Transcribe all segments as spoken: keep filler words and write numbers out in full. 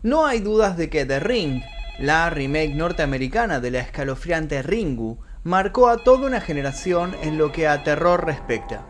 No hay dudas de que The Ring, la remake norteamericana de la escalofriante Ringu, marcó a toda una generación en lo que a terror respecta.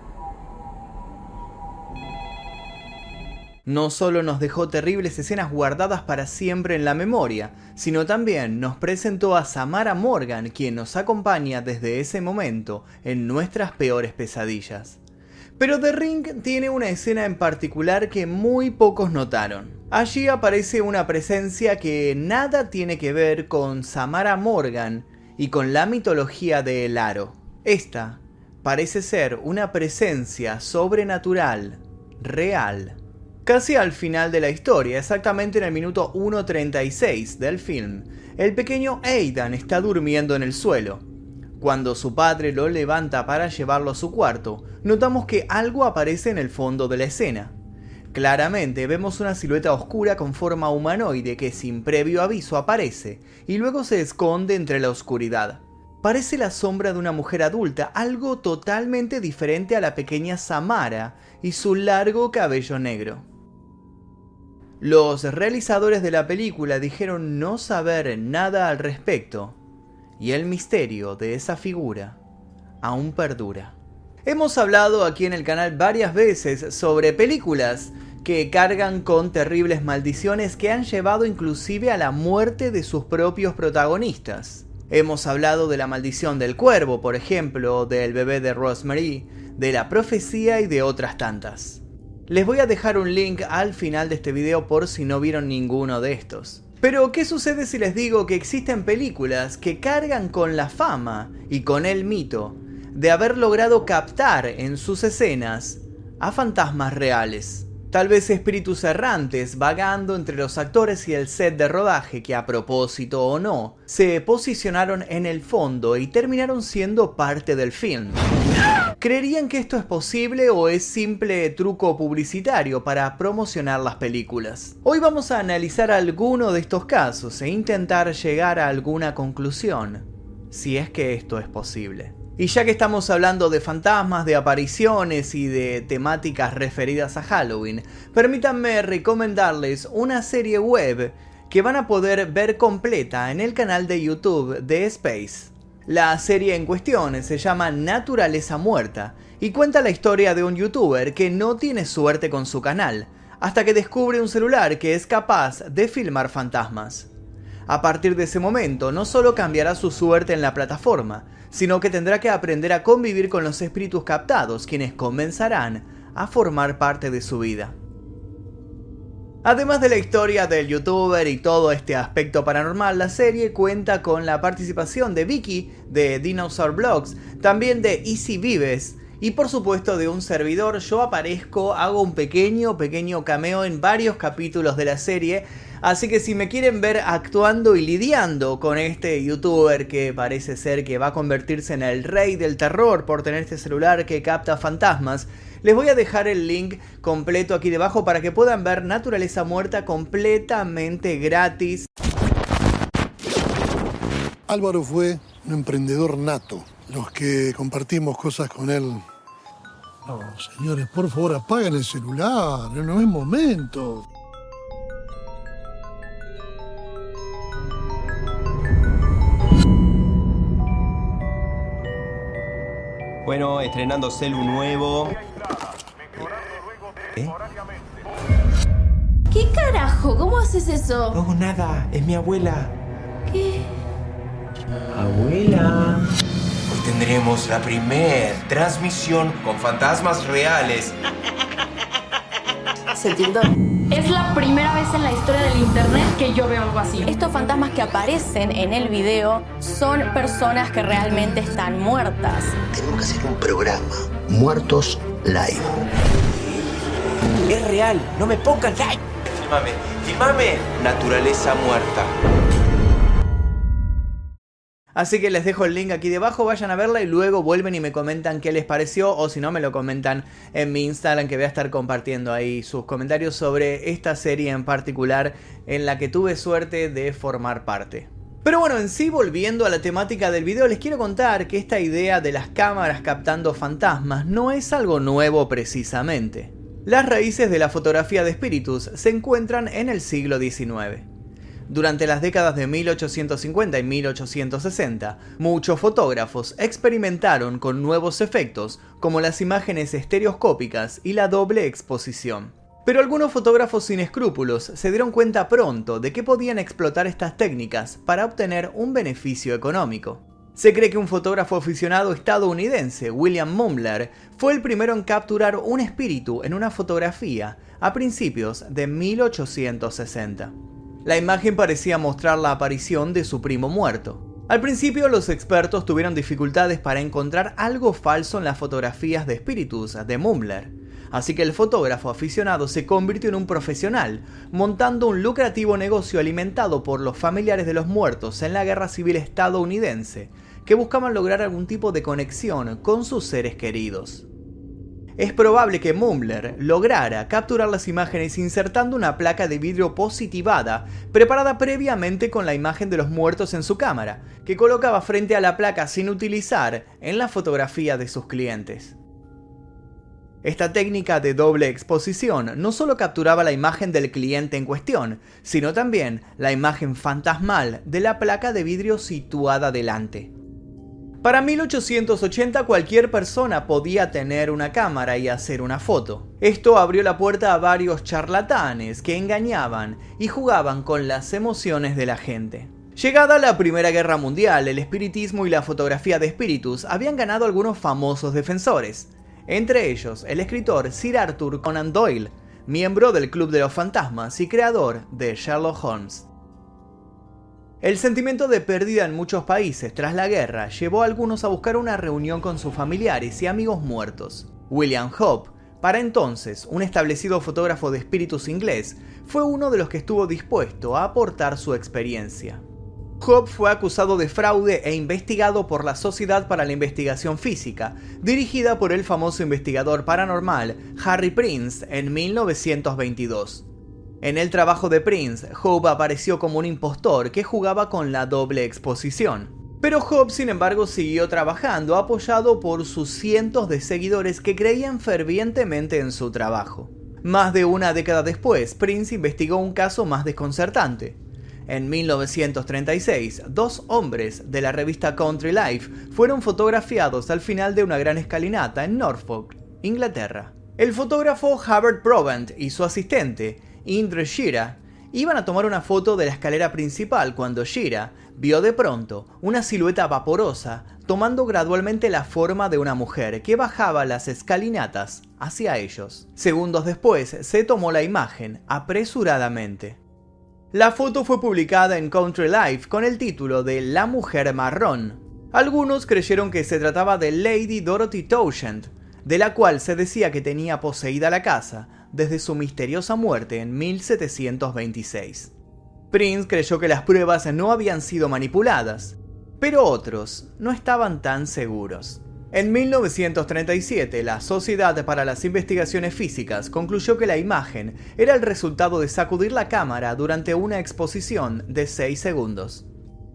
No solo nos dejó terribles escenas guardadas para siempre en la memoria, sino también nos presentó a Samara Morgan, quien nos acompaña desde ese momento en nuestras peores pesadillas. Pero The Ring tiene una escena en particular que muy pocos notaron. Allí aparece una presencia que nada tiene que ver con Samara Morgan y con la mitología de El Aro. Esta parece ser una presencia sobrenatural, real. Casi al final de la historia, exactamente en el minuto uno treinta y seis del film, el pequeño Aidan está durmiendo en el suelo. Cuando su padre lo levanta para llevarlo a su cuarto, notamos que algo aparece en el fondo de la escena. Claramente vemos una silueta oscura con forma humanoide que sin previo aviso aparece y luego se esconde entre la oscuridad. Parece la sombra de una mujer adulta, algo totalmente diferente a la pequeña Samara y su largo cabello negro. Los realizadores de la película dijeron no saber nada al respecto, y el misterio de esa figura aún perdura. Hemos hablado aquí en el canal varias veces sobre películas que cargan con terribles maldiciones que han llevado inclusive a la muerte de sus propios protagonistas. Hemos hablado de La Maldición del Cuervo, por ejemplo, del bebé de Rosemary, de La Profecía y de otras tantas. Les voy a dejar un link al final de este video por si no vieron ninguno de estos. Pero, ¿qué sucede si les digo que existen películas que cargan con la fama y con el mito de haber logrado captar en sus escenas a fantasmas reales? Tal vez espíritus errantes vagando entre los actores y el set de rodaje que, a propósito o no, se posicionaron en el fondo y terminaron siendo parte del film. ¿Creerían que esto es posible o es simple truco publicitario para promocionar las películas? Hoy vamos a analizar alguno de estos casos e intentar llegar a alguna conclusión, si es que esto es posible. Y ya que estamos hablando de fantasmas, de apariciones y de temáticas referidas a Halloween, permítanme recomendarles una serie web que van a poder ver completa en el canal de YouTube de Space. La serie en cuestión se llama Naturaleza Muerta y cuenta la historia de un youtuber que no tiene suerte con su canal, hasta que descubre un celular que es capaz de filmar fantasmas. A partir de ese momento, no solo cambiará su suerte en la plataforma, sino que tendrá que aprender a convivir con los espíritus captados, quienes comenzarán a formar parte de su vida. Además de la historia del youtuber y todo este aspecto paranormal, la serie cuenta con la participación de Vicky de Dinosaur Vlogs, también de Easy Vives y por supuesto de un servidor. Yo aparezco, hago un pequeño, pequeño cameo en varios capítulos de la serie, así que si me quieren ver actuando y lidiando con este youtuber que parece ser que va a convertirse en el rey del terror por tener este celular que capta fantasmas, les voy a dejar el link completo aquí debajo para que puedan ver Naturaleza Muerta completamente gratis. Álvaro fue un emprendedor nato. Los que compartimos cosas con él... No, señores, por favor, apaguen el celular. No es momento. Bueno, estrenando celu nuevo. ¿Eh? ¿Qué carajo? ¿Cómo haces eso? No, nada, es mi abuela. ¿Qué? Abuela. Hoy tendremos la primer transmisión con fantasmas reales. ¿Se tildó? Es la primera vez en la historia del internet que yo veo algo así. Estos fantasmas que aparecen en el video son personas que realmente están muertas. Tenemos que hacer un programa, Muertos Live. Es real, no me pongan like. Filmame, filmame. Naturaleza Muerta. Así que les dejo el link aquí debajo, vayan a verla y luego vuelven y me comentan qué les pareció, o si no me lo comentan en mi Instagram, que voy a estar compartiendo ahí sus comentarios sobre esta serie en particular en la que tuve suerte de formar parte. Pero bueno, en sí, volviendo a la temática del video, les quiero contar que esta idea de las cámaras captando fantasmas no es algo nuevo precisamente. Las raíces de la fotografía de espíritus se encuentran en el siglo diecinueve. Durante las décadas de mil ochocientos cincuenta y mil ochocientos sesenta, muchos fotógrafos experimentaron con nuevos efectos como las imágenes estereoscópicas y la doble exposición. Pero algunos fotógrafos sin escrúpulos se dieron cuenta pronto de que podían explotar estas técnicas para obtener un beneficio económico. Se cree que un fotógrafo aficionado estadounidense, William Mumler, fue el primero en capturar un espíritu en una fotografía a principios de mil ochocientos sesenta. La imagen parecía mostrar la aparición de su primo muerto. Al principio los expertos tuvieron dificultades para encontrar algo falso en las fotografías de espíritus de Mumler, así que el fotógrafo aficionado se convirtió en un profesional, montando un lucrativo negocio alimentado por los familiares de los muertos en la Guerra Civil estadounidense, que buscaban lograr algún tipo de conexión con sus seres queridos. Es probable que Mumler lograra capturar las imágenes insertando una placa de vidrio positivada preparada previamente con la imagen de los muertos en su cámara, que colocaba frente a la placa sin utilizar en la fotografía de sus clientes. Esta técnica de doble exposición no solo capturaba la imagen del cliente en cuestión, sino también la imagen fantasmal de la placa de vidrio situada delante. Para mil ochocientos ochenta cualquier persona podía tener una cámara y hacer una foto. Esto abrió la puerta a varios charlatanes que engañaban y jugaban con las emociones de la gente. Llegada la Primera Guerra Mundial, el espiritismo y la fotografía de espíritus habían ganado algunos famosos defensores. Entre ellos, el escritor Sir Arthur Conan Doyle, miembro del Club de los Fantasmas y creador de Sherlock Holmes. El sentimiento de pérdida en muchos países tras la guerra llevó a algunos a buscar una reunión con sus familiares y amigos muertos. William Hope, para entonces un establecido fotógrafo de espíritus inglés, fue uno de los que estuvo dispuesto a aportar su experiencia. Hope fue acusado de fraude e investigado por la Sociedad para la Investigación Física, dirigida por el famoso investigador paranormal Harry Prince en mil novecientos veintidós. En el trabajo de Prince, Hope apareció como un impostor que jugaba con la doble exposición. Pero Hope, sin embargo, siguió trabajando apoyado por sus cientos de seguidores que creían fervientemente en su trabajo. Más de una década después, Prince investigó un caso más desconcertante. En mil novecientos treinta y seis, dos hombres de la revista Country Life fueron fotografiados al final de una gran escalinata en Norfolk, Inglaterra. El fotógrafo Hubert Provant y su asistente, Indre Shira, iban a tomar una foto de la escalera principal cuando Shira vio de pronto una silueta vaporosa tomando gradualmente la forma de una mujer que bajaba las escalinatas hacia ellos. Segundos después se tomó la imagen apresuradamente. La foto fue publicada en Country Life con el título de La Mujer Marrón. Algunos creyeron que se trataba de Lady Dorothy Townshend, de la cual se decía que tenía poseída la casa desde su misteriosa muerte en mil setecientos veintiséis. Prince creyó que las pruebas no habían sido manipuladas, pero otros no estaban tan seguros. En mil novecientos treinta y siete, la Sociedad para las Investigaciones Físicas concluyó que la imagen era el resultado de sacudir la cámara durante una exposición de seis segundos.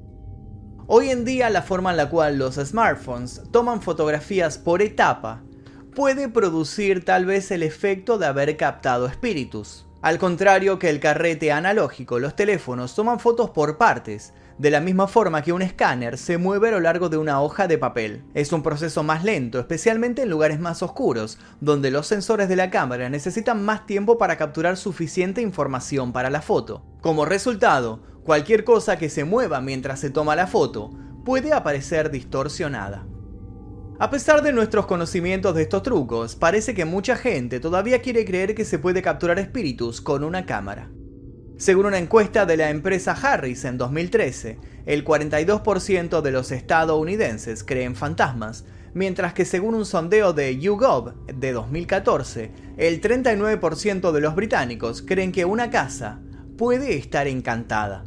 Hoy en día, la forma en la cual los smartphones toman fotografías por etapa puede producir tal vez el efecto de haber captado espíritus. Al contrario que el carrete analógico, los teléfonos toman fotos por partes, de la misma forma que un escáner se mueve a lo largo de una hoja de papel. Es un proceso más lento, especialmente en lugares más oscuros, donde los sensores de la cámara necesitan más tiempo para capturar suficiente información para la foto. Como resultado, cualquier cosa que se mueva mientras se toma la foto puede aparecer distorsionada. A pesar de nuestros conocimientos de estos trucos, parece que mucha gente todavía quiere creer que se puede capturar espíritus con una cámara. Según una encuesta de la empresa Harris en dos mil trece, el cuarenta y dos por ciento de los estadounidenses creen fantasmas, mientras que según un sondeo de YouGov de dos mil catorce, el treinta y nueve por ciento de los británicos creen que una casa puede estar encantada.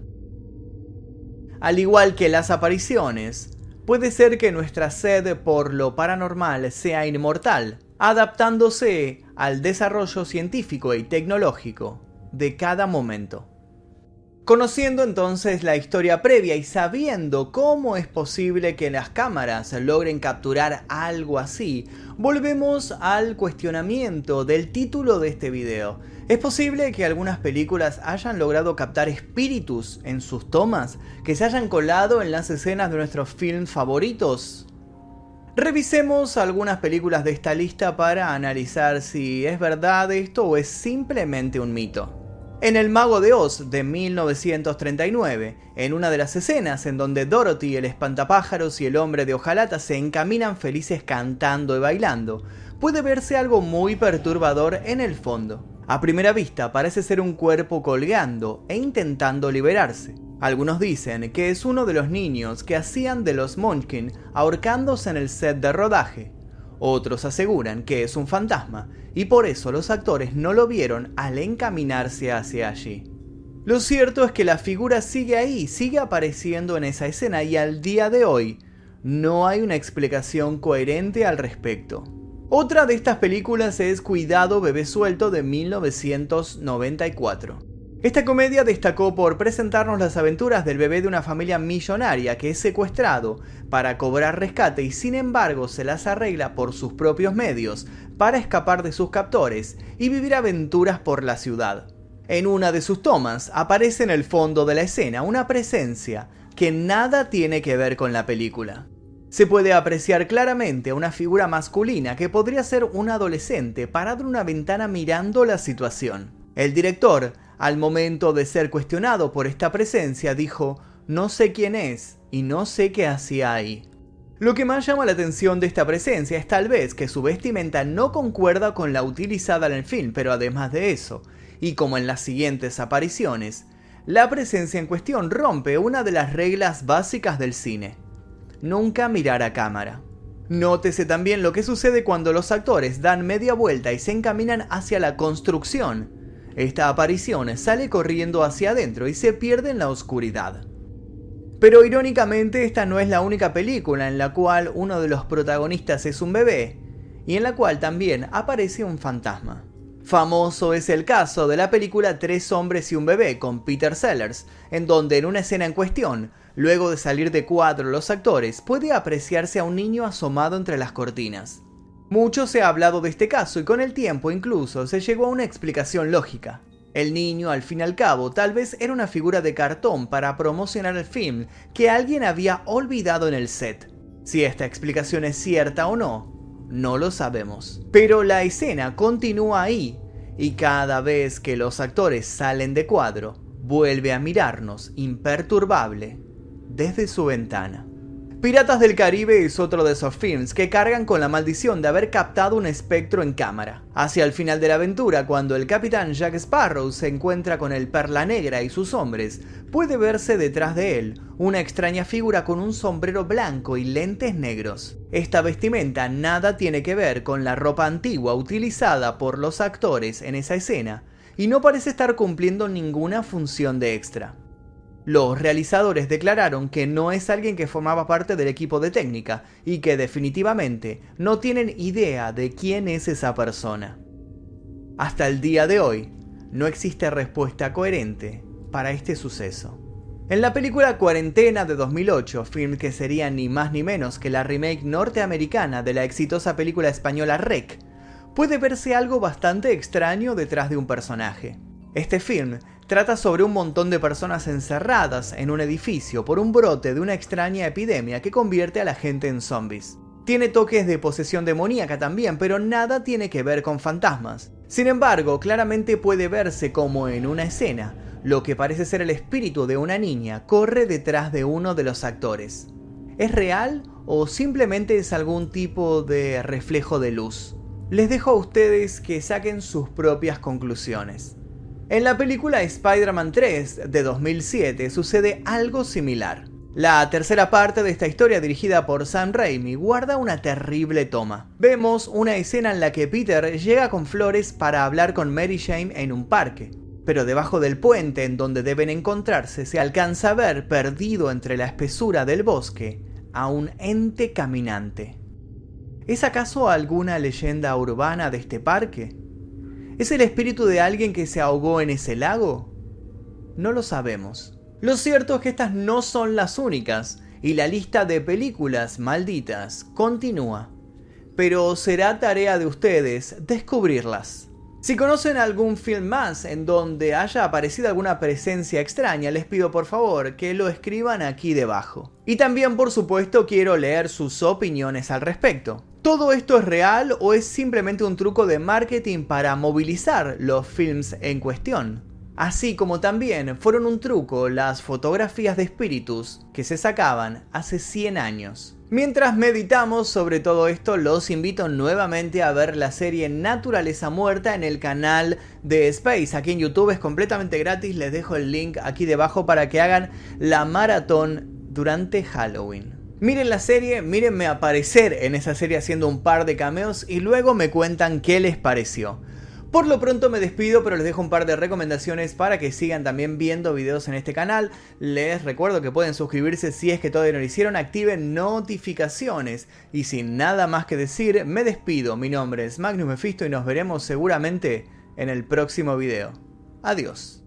Al igual que las apariciones, puede ser que nuestra sed por lo paranormal sea inmortal, adaptándose al desarrollo científico y tecnológico de cada momento. Conociendo entonces la historia previa y sabiendo cómo es posible que las cámaras logren capturar algo así, volvemos al cuestionamiento del título de este video. ¿Es posible que algunas películas hayan logrado captar espíritus en sus tomas, que se hayan colado en las escenas de nuestros films favoritos? Revisemos algunas películas de esta lista para analizar si es verdad esto o es simplemente un mito. En El Mago de Oz de mil novecientos treinta y nueve, en una de las escenas en donde Dorothy, el espantapájaros y el hombre de hojalata se encaminan felices cantando y bailando, puede verse algo muy perturbador en el fondo. A primera vista parece ser un cuerpo colgando e intentando liberarse. Algunos dicen que es uno de los niños que hacían de los Munchkin ahorcándose en el set de rodaje. Otros aseguran que es un fantasma y por eso los actores no lo vieron al encaminarse hacia allí. Lo cierto es que la figura sigue ahí, sigue apareciendo en esa escena y al día de hoy no hay una explicación coherente al respecto. Otra de estas películas es Cuidado bebé suelto de mil novecientos noventa y cuatro. Esta comedia destacó por presentarnos las aventuras del bebé de una familia millonaria que es secuestrado para cobrar rescate y sin embargo se las arregla por sus propios medios para escapar de sus captores y vivir aventuras por la ciudad. En una de sus tomas aparece en el fondo de la escena una presencia que nada tiene que ver con la película. Se puede apreciar claramente a una figura masculina que podría ser un adolescente parado en una ventana mirando la situación. El director, al momento de ser cuestionado por esta presencia, dijo: "No sé quién es y no sé qué hacía ahí". Lo que más llama la atención de esta presencia es tal vez que su vestimenta no concuerda con la utilizada en el film, pero además de eso, y como en las siguientes apariciones, la presencia en cuestión rompe una de las reglas básicas del cine: nunca mirar a cámara. Nótese también lo que sucede cuando los actores dan media vuelta y se encaminan hacia la construcción. Esta aparición sale corriendo hacia adentro y se pierde en la oscuridad. Pero irónicamente esta no es la única película en la cual uno de los protagonistas es un bebé y en la cual también aparece un fantasma. Famoso es el caso de la película Tres hombres y un bebé con Peter Sellers, en donde en una escena en cuestión, luego de salir de cuadro los actores, puede apreciarse a un niño asomado entre las cortinas. Mucho se ha hablado de este caso y con el tiempo incluso se llegó a una explicación lógica. El niño, al fin y al cabo, tal vez era una figura de cartón para promocionar el film que alguien había olvidado en el set. Si esta explicación es cierta o no, no lo sabemos. Pero la escena continúa ahí y cada vez que los actores salen de cuadro, vuelve a mirarnos imperturbable desde su ventana. Piratas del Caribe es otro de esos films que cargan con la maldición de haber captado un espectro en cámara. Hacia el final de la aventura, cuando el capitán Jack Sparrow se encuentra con el Perla Negra y sus hombres, puede verse detrás de él una extraña figura con un sombrero blanco y lentes negros. Esta vestimenta nada tiene que ver con la ropa antigua utilizada por los actores en esa escena y no parece estar cumpliendo ninguna función de extra. Los realizadores declararon que no es alguien que formaba parte del equipo de técnica y que definitivamente no tienen idea de quién es esa persona. Hasta el día de hoy, no existe respuesta coherente para este suceso. En la película Cuarentena de dos mil ocho, film que sería ni más ni menos que la remake norteamericana de la exitosa película española Rec, puede verse algo bastante extraño detrás de un personaje. Este film trata sobre un montón de personas encerradas en un edificio por un brote de una extraña epidemia que convierte a la gente en zombies. Tiene toques de posesión demoníaca también, pero nada tiene que ver con fantasmas. Sin embargo, claramente puede verse como en una escena, lo que parece ser el espíritu de una niña corre detrás de uno de los actores. ¿Es real o simplemente es algún tipo de reflejo de luz? Les dejo a ustedes que saquen sus propias conclusiones. En la película Spider-Man tres de dos mil siete sucede algo similar. La tercera parte de esta historia, dirigida por Sam Raimi, guarda una terrible toma. Vemos una escena en la que Peter llega con flores para hablar con Mary Jane en un parque, pero debajo del puente en donde deben encontrarse se alcanza a ver, perdido entre la espesura del bosque, a un ente caminante. ¿Es acaso alguna leyenda urbana de este parque? ¿Es el espíritu de alguien que se ahogó en ese lago? No lo sabemos. Lo cierto es que estas no son las únicas, y la lista de películas malditas continúa. Pero será tarea de ustedes descubrirlas. Si conocen algún film más en donde haya aparecido alguna presencia extraña, les pido por favor que lo escriban aquí debajo. Y también, por supuesto, quiero leer sus opiniones al respecto. ¿Todo esto es real o es simplemente un truco de marketing para movilizar los films en cuestión? Así como también fueron un truco las fotografías de espíritus que se sacaban hace cien años. Mientras meditamos sobre todo esto, los invito nuevamente a ver la serie Naturaleza Muerta en el canal de Space. Aquí en YouTube es completamente gratis, les dejo el link aquí debajo para que hagan la maratón durante Halloween. Miren la serie, mírenme aparecer en esa serie haciendo un par de cameos y luego me cuentan qué les pareció. Por lo pronto me despido, pero les dejo un par de recomendaciones para que sigan también viendo videos en este canal. Les recuerdo que pueden suscribirse si es que todavía no lo hicieron, activen notificaciones. Y sin nada más que decir, me despido. Mi nombre es Magnus Mephisto y nos veremos seguramente en el próximo video. Adiós.